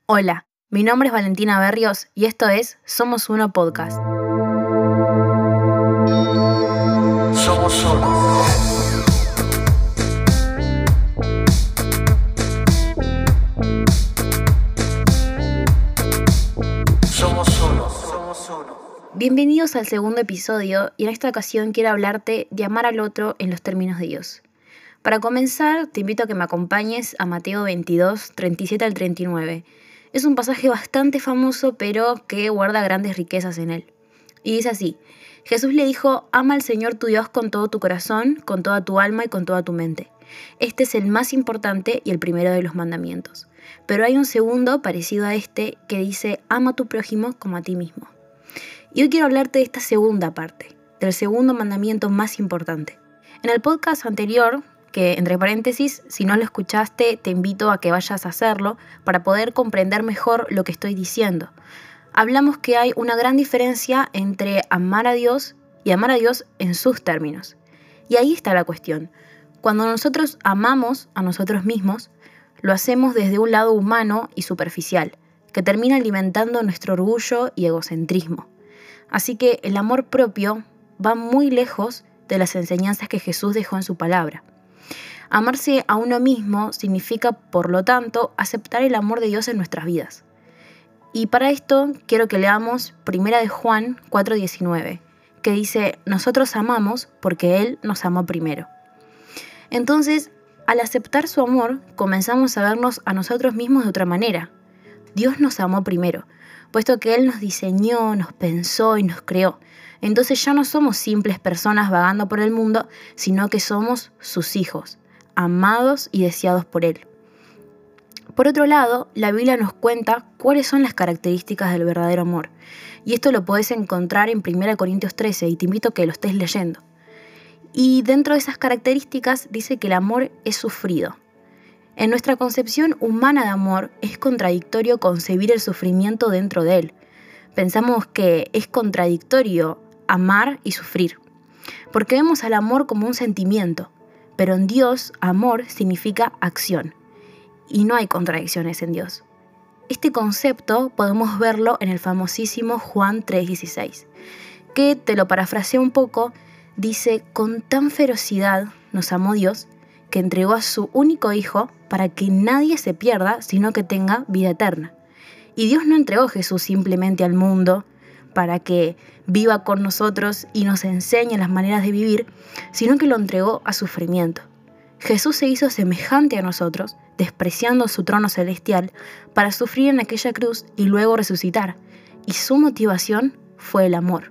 Hola, mi nombre es Valentina Berrios y esto es Somos Uno Podcast. Somos uno. Somos uno. Somos uno. Bienvenidos al segundo episodio y en esta ocasión quiero hablarte de amar al otro en los términos de Dios. Para comenzar, te invito a que me acompañes a Mateo 22, 37 al 39. Es un pasaje bastante famoso, pero que guarda grandes riquezas en él. Y dice así: Jesús le dijo: ama al Señor tu Dios con todo tu corazón, con toda tu alma y con toda tu mente. Este es el más importante y el primero de los mandamientos. Pero hay un segundo parecido a este que dice: ama a tu prójimo como a ti mismo. Y hoy quiero hablarte de esta segunda parte, del segundo mandamiento más importante. En el podcast anterior, que entre paréntesis, si no lo escuchaste, te invito a que vayas a hacerlo para poder comprender mejor lo que estoy diciendo. Hablamos que hay una gran diferencia entre amar a Dios y amar a Dios en sus términos. Y ahí está la cuestión. Cuando nosotros amamos a nosotros mismos, lo hacemos desde un lado humano y superficial, que termina alimentando nuestro orgullo y egocentrismo. Así que el amor propio va muy lejos de las enseñanzas que Jesús dejó en su palabra. Amarse a uno mismo significa, por lo tanto, aceptar el amor de Dios en nuestras vidas. Y para esto quiero que leamos 1 de Juan 4:19, que dice: nosotros amamos porque Él nos amó primero. Entonces, al aceptar su amor, comenzamos a vernos a nosotros mismos de otra manera. Dios nos amó primero, puesto que Él nos diseñó, nos pensó y nos creó. Entonces ya no somos simples personas vagando por el mundo, sino que somos sus hijos, amados y deseados por Él. Por otro lado, la Biblia nos cuenta cuáles son las características del verdadero amor. Y esto lo podés encontrar en 1 Corintios 13 y te invito a que lo estés leyendo. Y dentro de esas características dice que el amor es sufrido. En nuestra concepción humana de amor es contradictorio concebir el sufrimiento dentro de él. Pensamos que es contradictorio amar y sufrir, porque vemos al amor como un sentimiento, pero en Dios amor significa acción, y no hay contradicciones en Dios. Este concepto podemos verlo en el famosísimo Juan 3:16, que, te lo parafraseo un poco, dice: con tan ferocidad nos amó Dios, que entregó a su único Hijo para que nadie se pierda, sino que tenga vida eterna. Y Dios no entregó a Jesús simplemente al mundo para que viva con nosotros y nos enseñe las maneras de vivir, sino que lo entregó a sufrimiento. Jesús se hizo semejante a nosotros, despreciando su trono celestial, para sufrir en aquella cruz y luego resucitar. Y su motivación fue el amor.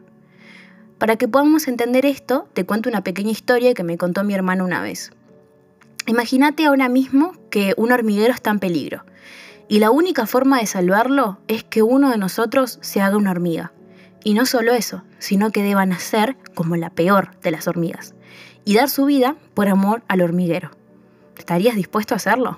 Para que podamos entender esto, te cuento una pequeña historia que me contó mi hermano una vez. Imagínate ahora mismo que un hormiguero está en peligro. Y la única forma de salvarlo es que uno de nosotros se haga una hormiga. Y no solo eso, sino que deba nacer como la peor de las hormigas y dar su vida por amor al hormiguero. ¿Estarías dispuesto a hacerlo?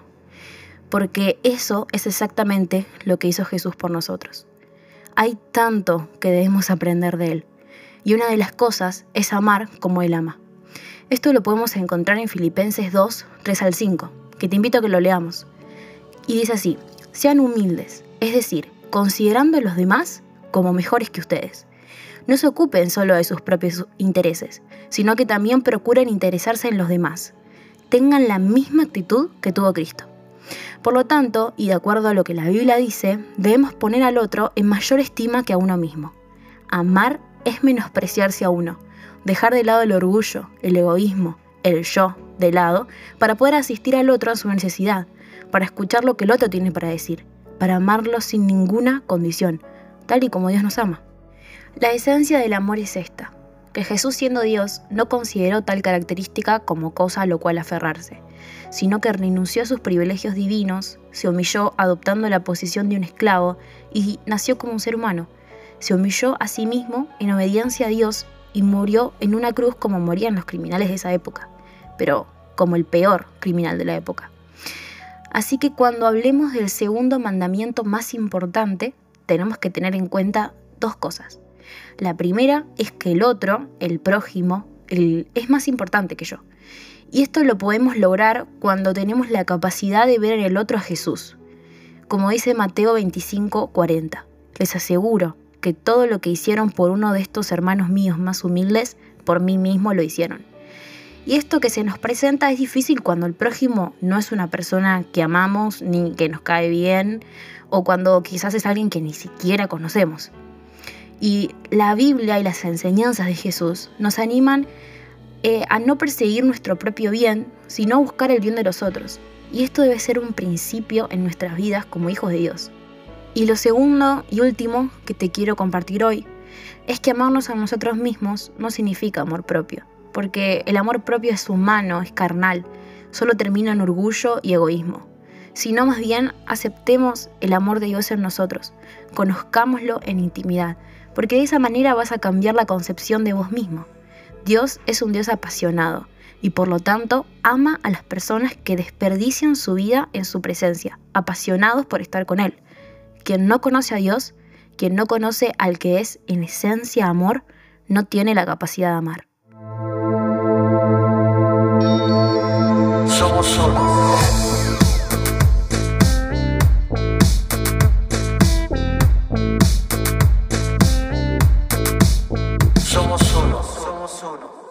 Porque eso es exactamente lo que hizo Jesús por nosotros. Hay tanto que debemos aprender de Él. Y una de las cosas es amar como Él ama. Esto lo podemos encontrar en Filipenses 2, 3 al 5, que te invito a que lo leamos. Y dice así: sean humildes, es decir, considerando a los demás como mejores que ustedes. No se ocupen solo de sus propios intereses, sino que también procuren interesarse en los demás. Tengan la misma actitud que tuvo Cristo. Por lo tanto, y de acuerdo a lo que la Biblia dice, debemos poner al otro en mayor estima que a uno mismo. Amar es menospreciarse a uno, dejar de lado el orgullo, el egoísmo, el yo de lado, para poder asistir al otro a su necesidad, para escuchar lo que el otro tiene para decir, para amarlo sin ninguna condición, tal y como Dios nos ama. La esencia del amor es esta: que Jesús, siendo Dios, no consideró tal característica como cosa a lo cual aferrarse, sino que renunció a sus privilegios divinos, se humilló adoptando la posición de un esclavo y nació como un ser humano. Se humilló a sí mismo en obediencia a Dios y murió en una cruz como morían los criminales de esa época, pero como el peor criminal de la época. Así que cuando hablemos del segundo mandamiento más importante, tenemos que tener en cuenta dos cosas. La primera es que el otro, el prójimo, es más importante que yo. Y esto lo podemos lograr cuando tenemos la capacidad de ver en el otro a Jesús. Como dice Mateo 25:40, les aseguro que todo lo que hicieron por uno de estos hermanos míos más humildes, por mí mismo lo hicieron. Y esto que se nos presenta es difícil cuando el prójimo no es una persona que amamos ni que nos cae bien, o cuando quizás es alguien que ni siquiera conocemos. Y la Biblia y las enseñanzas de Jesús nos animan a no perseguir nuestro propio bien, sino buscar el bien de los otros. Y esto debe ser un principio en nuestras vidas como hijos de Dios. Y lo segundo y último que te quiero compartir hoy es que amarnos a nosotros mismos no significa amor propio, porque el amor propio es humano, es carnal, solo termina en orgullo y egoísmo. Sino más bien aceptemos el amor de Dios en nosotros, conozcámoslo en intimidad, porque de esa manera vas a cambiar la concepción de vos mismo. Dios es un Dios apasionado y por lo tanto ama a las personas que desperdician su vida en su presencia, apasionados por estar con Él. Quien no conoce a Dios, quien no conoce al que es en esencia amor, no tiene la capacidad de amar. Somos solos. Somos uno.